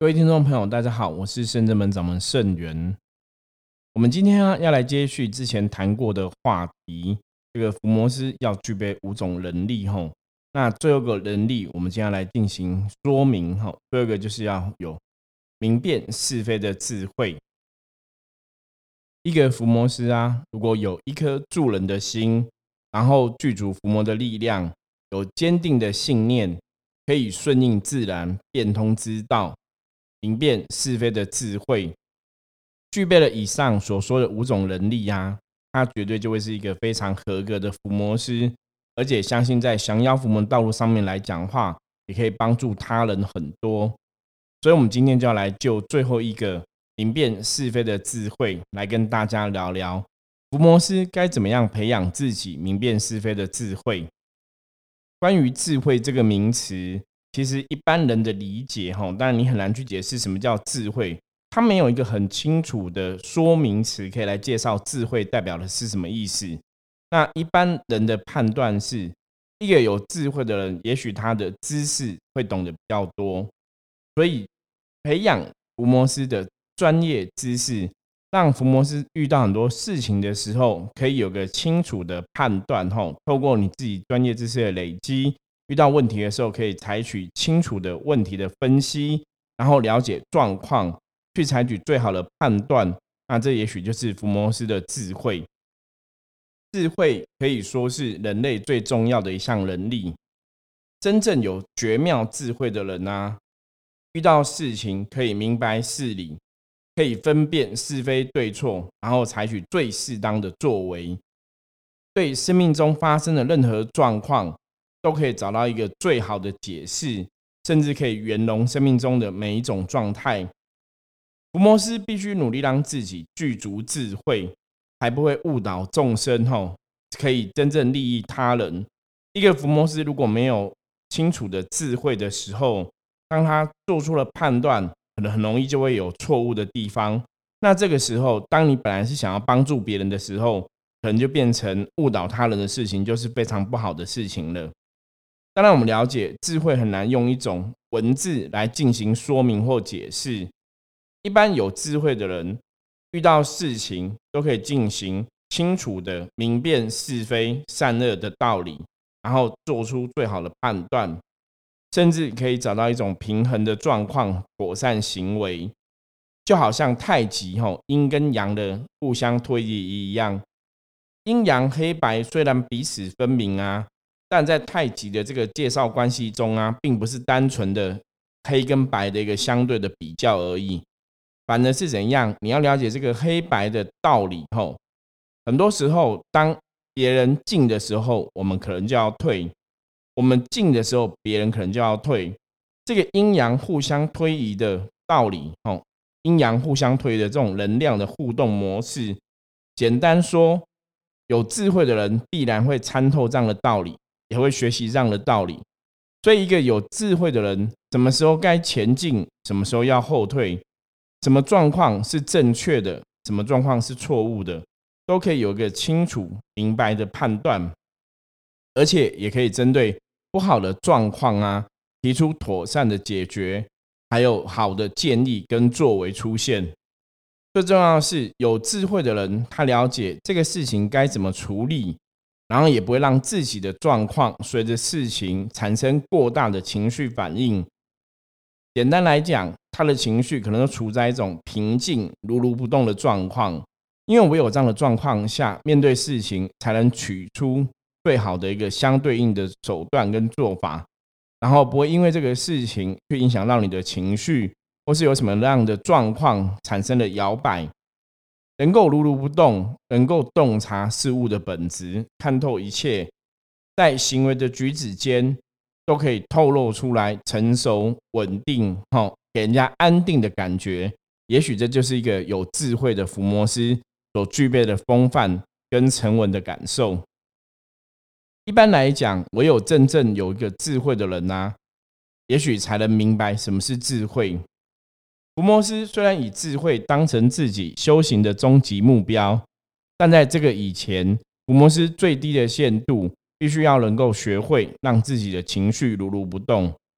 各位听众朋友大家好，我是圣真门掌门圣元。我们今天要来接续之前谈过的话题，这个伏魔师要具备5种能力。那最后一个能力我们今天要来进行说明。最后一个就是要有明辨是非的智慧。一个伏魔师如果有一颗助人的心，然后具足伏魔的力量，有坚定的信念，可以顺应自然，变通之道，明辨是非的智慧，具备了以上所说的5种能力他绝对就会是一个非常合格的伏魔师，而且相信在降妖伏魔道路上面来讲话，也可以帮助他人很多。所以我们今天就要来就最后一个明辨是非的智慧来跟大家聊聊伏魔师该怎么样培养自己明辨是非的智慧。关于智慧这个名词，其实一般人的理解当然你很难去解释什么叫智慧，它没有一个很清楚的说明词可以来介绍智慧代表的是什么意思。那一般人的判断是，一个有智慧的人也许他的知识会懂得比较多，所以培养伏魔师的专业知识，让伏魔师遇到很多事情的时候可以有个清楚的判断。透过你自己专业知识的累积，遇到问题的时候可以采取清楚的问题的分析，然后了解状况，去采取最好的判断。那这也许就是伏魔师的智慧。智慧可以说是人类最重要的一项能力。真正有绝妙智慧的人遇到事情可以明白事理，可以分辨是非对错，然后采取最适当的作为，对生命中发生的任何状况都可以找到一个最好的解释，甚至可以圆融生命中的每一种状态。伏魔师必须努力让自己具足智慧，才不会误导众生，可以真正利益他人。一个伏魔师如果没有清楚的智慧的时候，当他做出了判断，可能很容易就会有错误的地方。那这个时候，当你本来是想要帮助别人的时候，可能就变成误导他人的事情，就是非常不好的事情了。当然我们了解智慧很难用一种文字来进行说明或解释，一般有智慧的人遇到事情都可以进行清楚的明辨是非善恶的道理，然后做出最好的判断，甚至可以找到一种平衡的状况，妥善行为。就好像太极阴跟阳的互相推移一样，阴阳黑白虽然彼此分明但在太极的这个介绍关系中并不是单纯的黑跟白的一个相对的比较而已，反而是怎样，你要了解这个黑白的道理很多时候当别人进的时候，我们可能就要退，我们进的时候别人可能就要退。这个阴阳互相推移的道理阴阳互相推的这种能量的互动模式，简单说，有智慧的人必然会参透这样的道理，也会学习这样的道理。所以一个有智慧的人，什么时候该前进，什么时候要后退，什么状况是正确的，什么状况是错误的，都可以有一个清楚明白的判断，而且也可以针对不好的状况提出妥善的解决，还有好的建议跟作为出现。最重要的是，有智慧的人他了解这个事情该怎么处理，然后也不会让自己的状况随着事情产生过大的情绪反应。简单来讲，他的情绪可能都处在一种平静如如不动的状况，因为唯有这样的状况下，面对事情才能取出最好的一个相对应的手段跟做法，然后不会因为这个事情去影响到你的情绪，或是有什么样的状况产生了摇摆。能够如如不动，能够洞察事物的本质，看透一切，在行为的举止间都可以透露出来成熟稳定给人家安定的感觉。也许这就是一个有智慧的伏魔师所具备的风范跟沉稳的感受。一般来讲，唯有真正有一个智慧的人也许才能明白什么是智慧。伏魔师虽然以智慧当成自己修行的终极目标，但在这个以前，伏魔师最低的限度必须要能够学会让自己的情绪如如不动。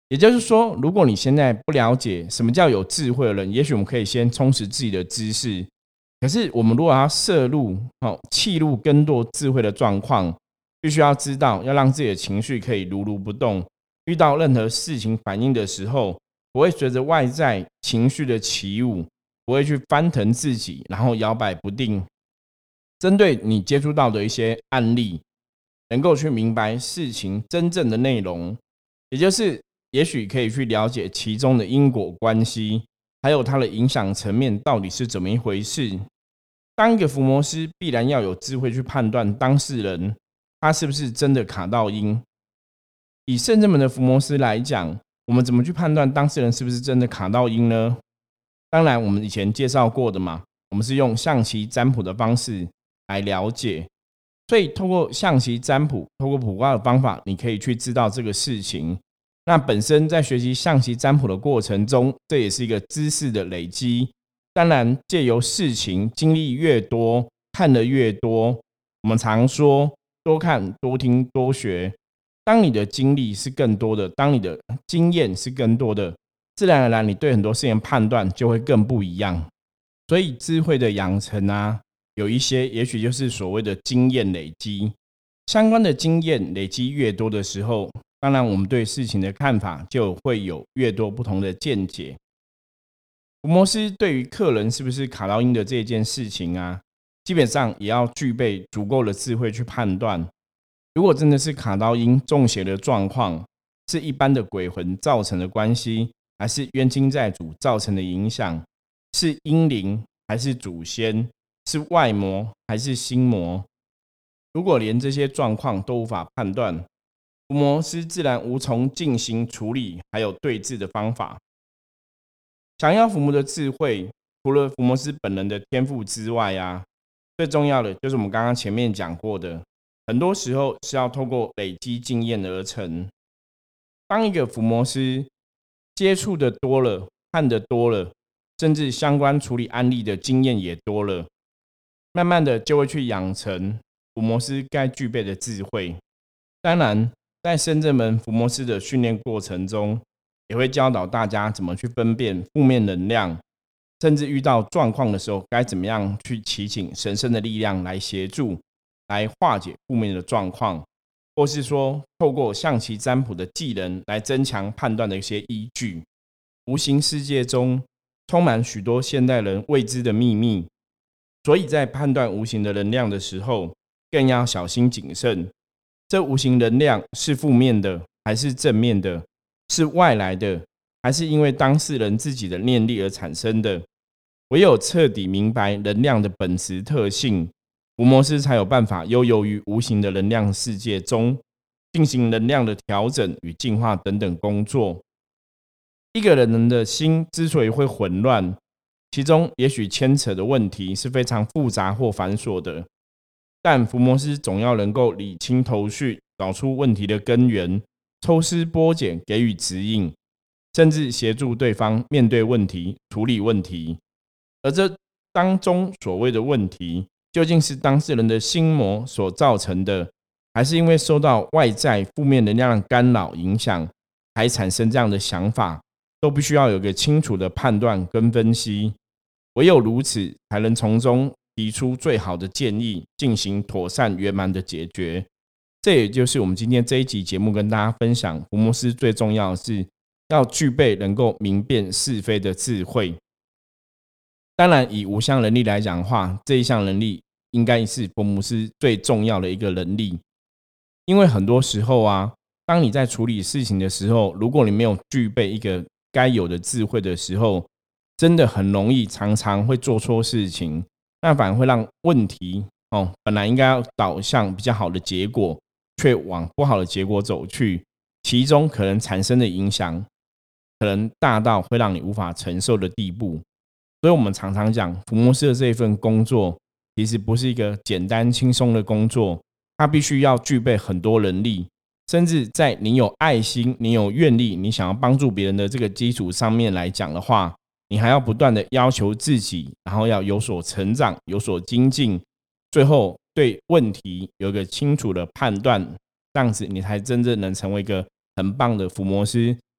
也就是说，如果你现在不了解什么叫有智慧的人，也许我们可以先充实自己的知识。可是我们如果要契入更多智慧的状况，必须要知道要让自己的情绪可以如如不动，遇到任何事情反应的时候，不会随着外在情绪的起舞，不会去翻腾自己，然后摇摆不定。针对你接触到的一些案例，能够去明白事情真正的内容，也就是也许可以去了解其中的因果关系，还有它的影响层面到底是怎么一回事。当一个伏魔师必然要有智慧去判断当事人他是不是真的卡到阴。以圣真门的伏魔师来讲，我们怎么去判断当事人是不是真的卡到阴呢？当然我们以前介绍过的嘛，我们是用象棋占卜的方式来了解，所以透过象棋占卜，透过卜卦的方法，你可以去知道这个事情。那本身在学习象棋占卜的过程中，这也是一个知识的累积。当然借由事情经历越多，看得越多，我们常说多看多听多学，当你的经历是更多的，当你的经验是更多的，自然而然你对很多事情判断就会更不一样。所以智慧的养成啊，有一些也许就是所谓的经验累积，相关的经验累积越多的时候，当然我们对事情的看法就会有越多不同的见解。伏魔师对于客人是不是卡到阴的这件事情啊，基本上也要具备足够的智慧去判断。如果真的是卡到阴中邪的状况，是一般的鬼魂造成的关系，还是冤亲债主造成的影响，是阴灵还是祖先，是外魔还是心魔，如果连这些状况都无法判断，伏魔师自然无从进行处理还有对治的方法。想要伏魔的智慧，除了伏魔师本人的天赋之外啊，最重要的就是我们刚刚前面讲过的，很多时候是要透过累积经验而成。当一个伏魔师接触的多了，看的多了，甚至相关处理案例的经验也多了，慢慢的就会去养成伏魔师该具备的智慧。当然在深圳门伏魔师的训练过程中，也会教导大家怎么去分辨负面能量，甚至遇到状况的时候该怎么样去祈请神圣的力量来协助，来化解负面的状况，或是说透过象棋占卜的技能来增强判断的一些依据。无形世界中充满许多现代人未知的秘密，所以在判断无形的能量的时候更要小心谨慎。这无形能量是负面的还是正面的，是外来的还是因为当事人自己的念力而产生的。唯有彻底明白能量的本质特性，伏魔师才有办法悠游于无形的能量世界中，进行能量的调整与进化等等工作。一个人的心之所以会混乱，其中也许牵扯的问题是非常复杂或繁琐的，但伏魔师总要能够理清头绪，找出问题的根源，抽丝剥茧，给予指引，甚至协助对方面对问题，处理问题。而这当中所谓的问题，究竟是当事人的心魔所造成的，还是因为受到外在负面能量的干扰影响，才产生这样的想法，都必须要有一个清楚的判断跟分析。唯有如此，才能从中提出最好的建议，进行妥善圆满的解决。这也就是我们今天这一集节目跟大家分享，伏魔师最重要的是要具备能够明辨是非的智慧。当然以五项能力来讲的话，这一项能力应该是伏魔师最重要的一个能力。因为很多时候啊，当你在处理事情的时候，如果你没有具备一个该有的智慧的时候，真的很容易常常会做错事情，那反而会让问题本来应该要导向比较好的结果，却往不好的结果走去，其中可能产生的影响可能大到会让你无法承受的地步。所以我们常常讲，伏魔师的这一份工作其实不是一个简单轻松的工作，它必须要具备很多能力，甚至在你有爱心、你有愿力、你想要帮助别人的这个基础上面来讲的话，你还要不断的要求自己，然后要有所成长，有所精进，最后对问题有一个清楚的判断，这样子你才真正能成为一个很棒的伏魔师，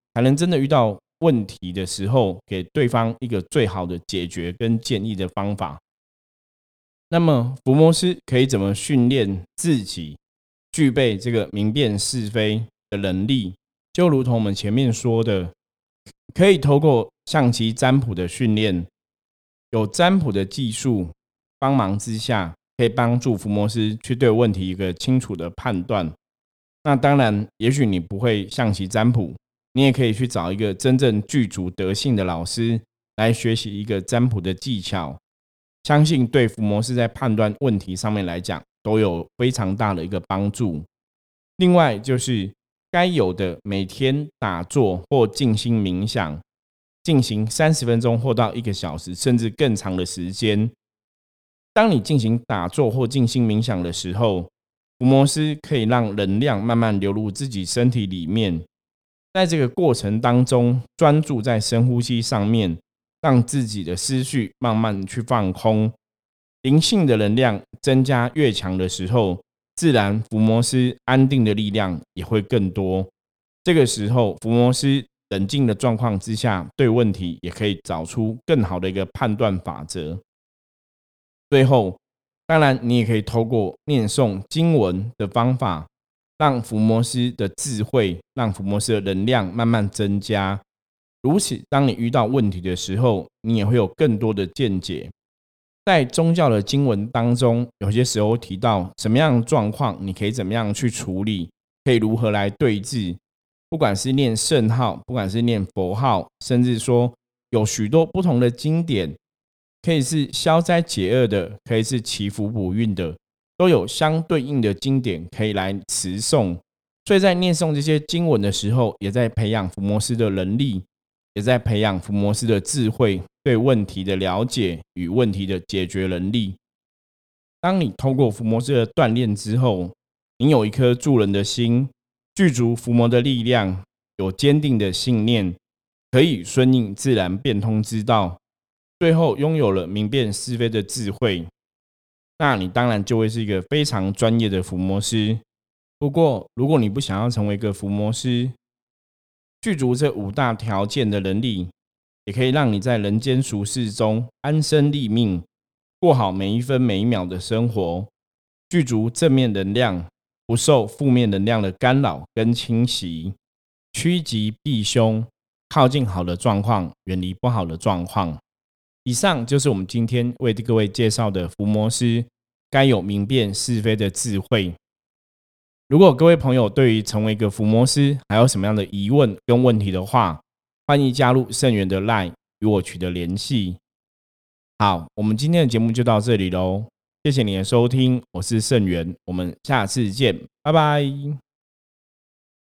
才能真的遇到问题的时候，给对方一个最好的解决跟建议的方法。那么伏魔师可以怎么训练自己具备这个明辨是非的能力？就如同我们前面说的，可以透过象棋占卜的训练，有占卜的技术帮忙之下，可以帮助伏魔师去对问题一个清楚的判断。那当然，也许你不会象棋占卜，你也可以去找一个真正具足德性的老师来学习一个占卜的技巧。相信对伏魔师在判断问题上面来讲，都有非常大的一个帮助。另外就是该有的每天打坐或静心冥想，进行30分钟或到1个小时，甚至更长的时间。当你进行打坐或静心冥想的时候，伏魔师可以让能量慢慢流入自己身体里面，在这个过程当中专注在深呼吸上面，让自己的思绪慢慢去放空。灵性的能量增加越强的时候，自然伏魔师安定的力量也会更多。这个时候伏魔师冷静的状况之下，对问题也可以找出更好的一个判断法则。最后当然你也可以透过念诵经文的方法，让伏魔师的智慧，让伏魔师的能量慢慢增加。如此当你遇到问题的时候，你也会有更多的见解。在宗教的经文当中，有些时候提到什么样的状况你可以怎么样去处理，可以如何来对治。不管是念圣号，不管是念佛号，甚至说有许多不同的经典，可以是消灾解厄的，可以是祈福补运的，都有相对应的经典可以来持诵。所以在念诵这些经文的时候，也在培养伏魔师的能力，也在培养伏魔师的智慧，对问题的了解与问题的解决能力。当你通过伏魔师的锻炼之后，你有一颗助人的心，具足伏魔的力量，有坚定的信念，可以顺应自然变通之道，最后拥有了明辨是非的智慧，那你当然就会是一个非常专业的伏魔师。不过如果你不想要成为一个伏魔师，具足这5大条件的能力，也可以让你在人间俗世中安身立命，过好每一分每一秒的生活，具足正面能量，不受负面能量的干扰跟侵袭，趋吉避凶，靠近好的状况，远离不好的状况。以上就是我们今天为各位介绍的伏魔师该有明辨是非的智慧。如果各位朋友对于成为一个伏魔师还有什么样的疑问跟问题的话，欢迎加入圣元的 LINE 与我取得联系。好，我们今天的节目就到这里咯，谢谢你的收听，我是圣元，我们下次见，拜拜。